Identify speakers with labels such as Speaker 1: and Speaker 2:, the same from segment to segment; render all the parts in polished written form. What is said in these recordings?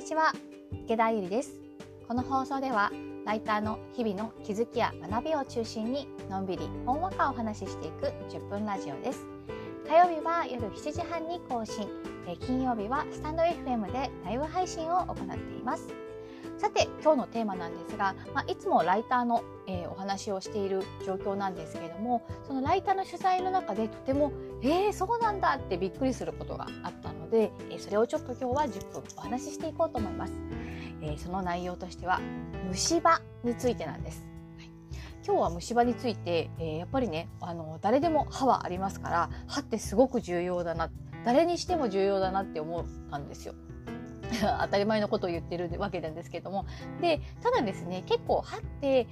Speaker 1: ちは、池田ゆりです。この放送ではライターの日々の気づきや学びを中心にのんびりほんわかお話ししていく10分ラジオです。火曜日は夜7時半に更新、金曜日はスタンド FM でライブ配信を行っています。さて、今日のテーマなんですが、いつもライターの、お話をしている状況なんですけれども、そのライターの取材の中でとてもそうなんだってびっくりすることがあったので、それをちょっと今日は10分お話ししていこうと思います。その内容としては虫歯についてなんです。今日は虫歯について、やっぱりね、誰でも歯はありますから、歯ってすごく重要だな、誰にしても重要だなって思ったんですよ。当たり前のことを言ってるわけなんですけども、でただですね、結構歯って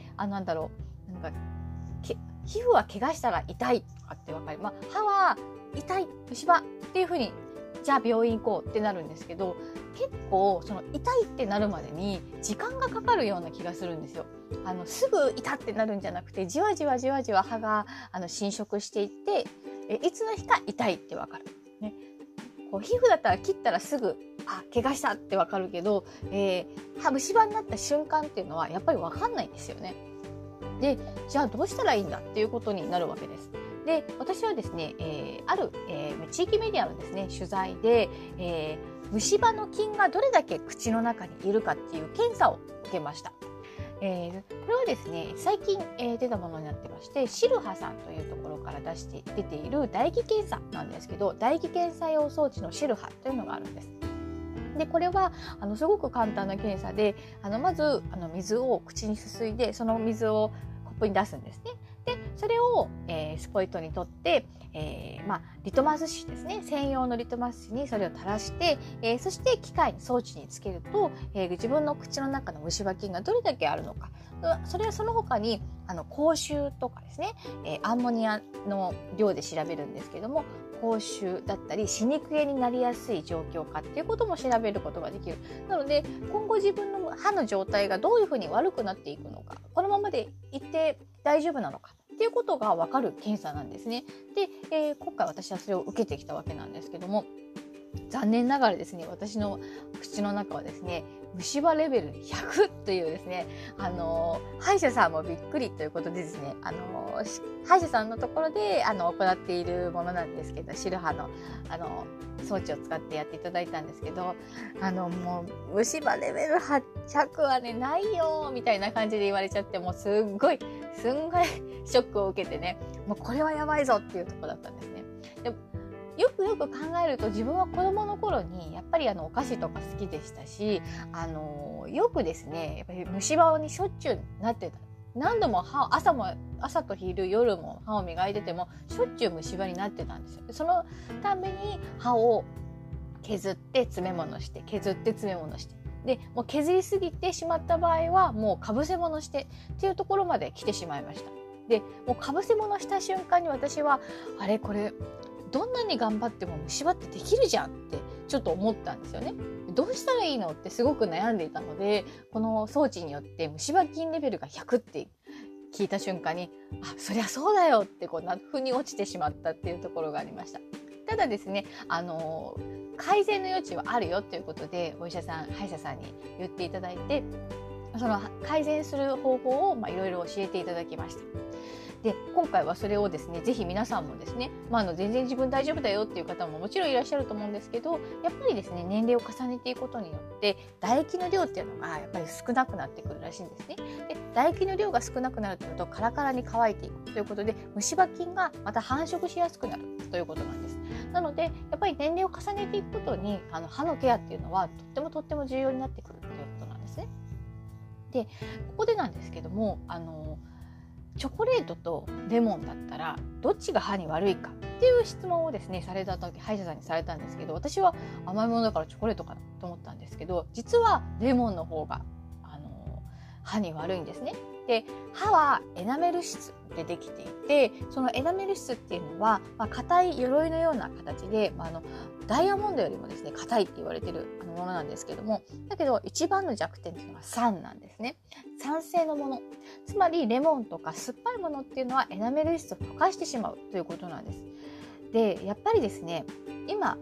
Speaker 1: 皮膚は怪我したら痛いとかって分かる、歯は痛い、虫歯っていう風にじゃあ病院行こうってなるんですけど、結構その痛いってなるまでに時間がかかるような気がするんですよ。すぐ痛ってなるんじゃなくて、じわじわじわじわ歯が侵食していって、いつの日か痛いって分かる、ね、こう皮膚だったら切ったらすぐ怪我したってわかるけど、虫歯になった瞬間っていうのはやっぱりわかんないんですよね。で、じゃあどうしたらいいんだっていうことになるわけです。で、私はですね、ある、地域メディアのですね取材で、虫歯の菌がどれだけ口の中にいるかっていう検査を受けました。これはですね、最近、出たものになってまして、シルハさんというところから出ている唾液検査なんですけど、唾液検査用装置のシルハというのがあるんです。でこれはすごく簡単な検査で、まず水を口にすすいで、その水をコップに出すんですね。でそれを、スポイトに取って、リトマス紙ですね、専用のリトマス紙にそれを垂らして、そして機械に装置につけると、自分の口の中の虫歯菌がどれだけあるのか、それはその他に口臭とかですね、アンモニアの量で調べるんですけども、口臭だったり歯肉炎になりやすい状況かっていうことも調べることができる。なので今後自分の歯の状態がどういうふうに悪くなっていくのか、このままでいって大丈夫なのかっていうことが分かる検査なんですね。で、今回私はそれを受けてきたわけなんですけども、残念ながらですね、私の口の中はですね、虫歯レベル100というですね、歯医者さんもびっくりということでですね、歯医者さんのところで行っているものなんですけど、シルハの装置を使ってやっていただいたんですけど、もう虫歯レベル100はねないよみたいな感じで言われちゃって、もうすんごいショックを受けてね、もうこれはやばいぞっていうところだったんですね。でよく考えると、自分は子供の頃にやっぱりお菓子とか好きでしたし、よくですね、やっぱり虫歯にしょっちゅうなってた。何度も朝と昼夜も歯を磨いててもしょっちゅう虫歯になってたんですよ。そのために歯を削って詰め物して、でもう削りすぎてしまった場合はもうかぶせ物してっていうところまで来てしまいました。でもうかぶせ物した瞬間に私はこれどんなに頑張っても虫歯ってできるじゃんってちょっと思ったんですよね。どうしたらいいのってすごく悩んでいたので、この装置によって虫歯菌レベルが100って聞いた瞬間に、そりゃそうだよって腑に落ちてしまったっていうところがありました。ただですね、改善の余地はあるよということで、歯医者さんに言っていただいて、その改善する方法をいろいろ教えていただきました。で今回はそれをですね、ぜひ皆さんもですね、全然自分大丈夫だよっていう方ももちろんいらっしゃると思うんですけど、やっぱりですね、年齢を重ねていくことによって唾液の量っていうのがやっぱり少なくなってくるらしいんですね。で唾液の量が少なくなるということカラカラに乾いていくということで、虫歯菌がまた繁殖しやすくなるということなんです。なのでやっぱり年齢を重ねていくことに歯のケアっていうのはとっても重要になってくるということなんですね。でここでなんですけども、チョコレートとレモンだったらどっちが歯に悪いかっていう質問をですねされた時、歯医者さんにされたんですけど、私は甘いものだからチョコレートかなと思ったんですけど、実はレモンの方が歯に悪いんですね。で歯はエナメル質でできていて、そのエナメル質っていうのは硬い鎧のような形で、ダイヤモンドよりもですね硬いって言われてるものなんですけども、だけど一番の弱点っていうのは酸なんですね。酸性のもの、つまりレモンとか酸っぱいものっていうのはエナメル質を溶かしてしまうということなんです。でやっぱりですね、今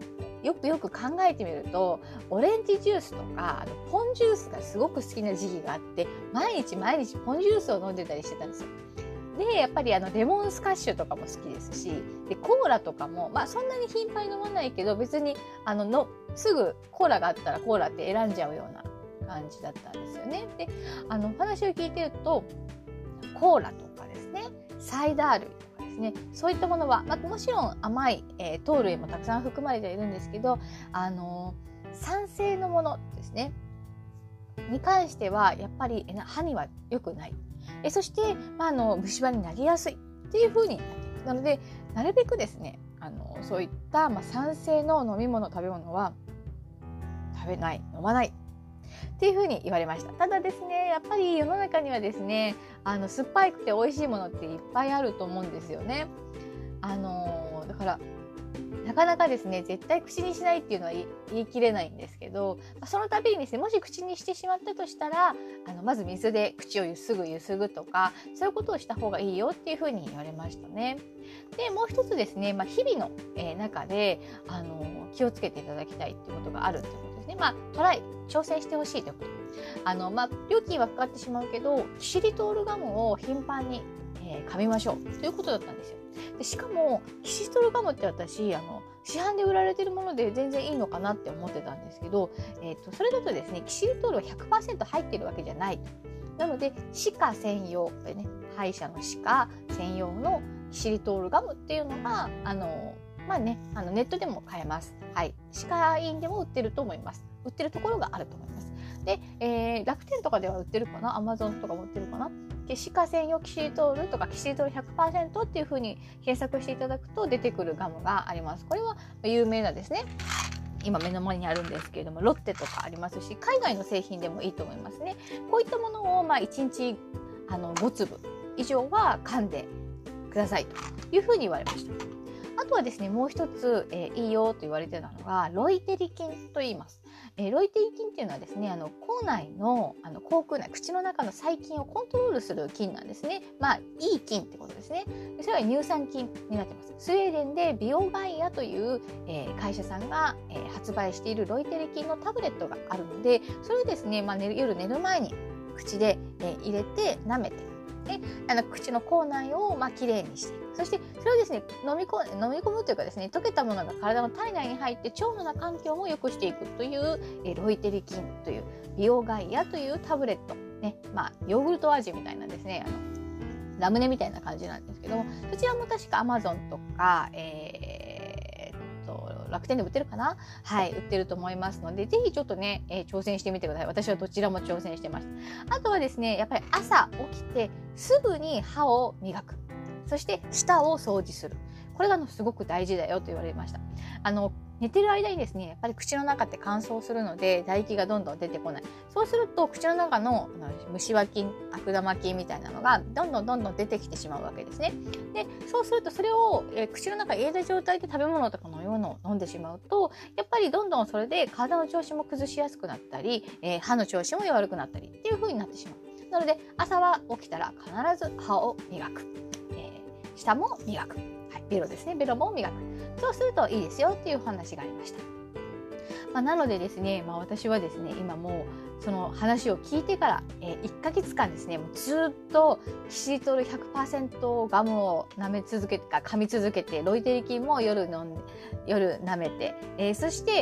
Speaker 1: よく考えてみると、オレンジジュースとかポンジュースがすごく好きな時期があって、毎日ポンジュースを飲んでたりしてたんですよ。でやっぱりレモンスカッシュとかも好きですし、でコーラとかも、そんなに頻繁に飲まないけど、別にすぐコーラがあったらコーラって選んじゃうような感じだったんですよね。でお話を聞いてると、コーラとかですね、サイダー類とかですね、そういったものは、もちろん甘い、糖類もたくさん含まれているんですけど、酸性のものですねに関してはやっぱり歯には良くない。そして、虫歯になりやすいっていう風になっている。なのでなるべくですね、そういった、酸性の飲み物食べ物は飲まないっていう風に言われました。ただですね、やっぱり世の中にはですね、酸っぱくて美味しいものっていっぱいあると思うんですよね。だからなかなかですね、絶対口にしないっていうのは言い切れないんですけど、その度にですね、もし口にしてしまったとしたら、まず水で口をゆすぐとか、そういうことをした方がいいよっていうふうに言われましたね。でもう一つですね、日々の、中で気をつけていただきたいっていうことがあるっていうことですね。挑戦してほしいということ。料金はかかってしまうけど、キシリトールガムを頻繁に、噛みましょうということだったんですよ。でしかもキシリトールガムって私市販で売られているもので全然いいのかなって思ってたんですけど、それだとですね、キシリトールは 100% 入っているわけじゃない。なので歯科専用でね、歯医者の歯科専用のキシリトールガムっていうのがネットでも買えます。はい、歯科医院でも売ってると思います。売ってるところがあると思います。で、楽天とかでは売ってるかな、アマゾンとかも売ってるかな。歯科専用キシリトールとかキシリトール 100% っていう風に検索していただくと出てくるガムがあります。これは有名なですね、今目の前にあるんですけれども、ロッテとかありますし、海外の製品でもいいと思いますね。こういったものを1日5粒以上は噛んでくださいという風に言われました。あとはですね、もう一つ、いいよと言われてたのがロイテリ菌と言います。ロイテリ菌っていうのはですね、口内の口腔内、口の中の細菌をコントロールする菌なんですね。いい菌ってことですね。それは乳酸菌になってます。スウェーデンでビオガイアという、会社さんが、発売しているロイテリ菌のタブレットがあるので、それをですね、夜寝る前に口で、入れて舐めて、口の口内をきれいにしていく。そしてそれをですね、飲み込むというかですね、溶けたものが体の体内に入って腸の環境も良くしていくという、ロイテリ菌というビオガイアというタブレット、ね、ヨーグルト味みたいなですね、ラムネみたいな感じなんですけども、そちらも確か Amazon とか、楽天で売ってるかな、はい、売ってると思いますので、ぜひちょっとね、挑戦してみてください。私はどちらも挑戦してました。あとはですね、やっぱり朝起きてすぐに歯を磨く、そして舌を掃除する、これがすごく大事だよと言われました。寝てる間にですね、やっぱり口の中って乾燥するので唾液がどんどん出てこない。そうすると口の中の虫歯菌、悪玉菌みたいなのがどんどん出てきてしまうわけですね。で、そうするとそれを、口の中に入れた状態で食べ物とか飲み物を飲んでしまうと、やっぱりどんどんそれで体の調子も崩しやすくなったり、歯の調子も悪くなったりっていう風になってしまう。なので朝は起きたら必ず歯を磨く、舌も磨く、ベロですね、ベロも磨く。そうするといいですよっていうお話がありました。なのでですね、私はですね、今もうその話を聞いてから、1ヶ月間ですね、もうずっとキシリトール 100% ガムを噛み続けて、ロイテリ菌も夜舐めて、そして、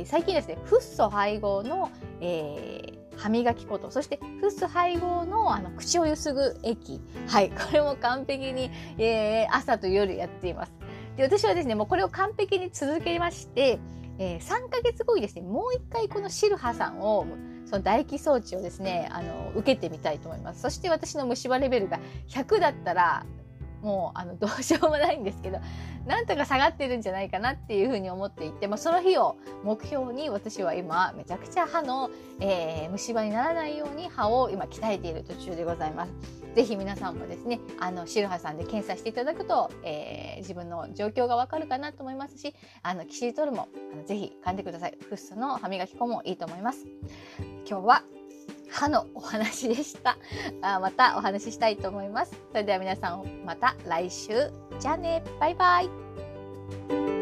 Speaker 1: 最近ですね、フッ素配合の、歯磨き粉と、そしてフッ素配合の口をゆすぐ液、はい、これも完璧に、朝と夜やっています。で、私はですね、もうこれを完璧に続けまして、3ヶ月後にですね、もう一回このシルハさんを、その唾液装置をですね、受けてみたいと思います。そして私の虫歯レベルが100だったら、もうどうしようもないんですけど、なんとか下がってるんじゃないかなっていうふうに思っていて、その日を目標に私は今めちゃくちゃ歯の、虫歯にならないように歯を今鍛えている途中でございます。ぜひ皆さんもですね、シルハさんで検査していただくと、自分の状況がわかるかなと思いますし、キシリトールもぜひ噛んでください。フッ素の歯磨き粉もいいと思います。今日は歯のお話でした。またお話ししたいと思います。それでは皆さんまた来週。じゃあね、バイバイ。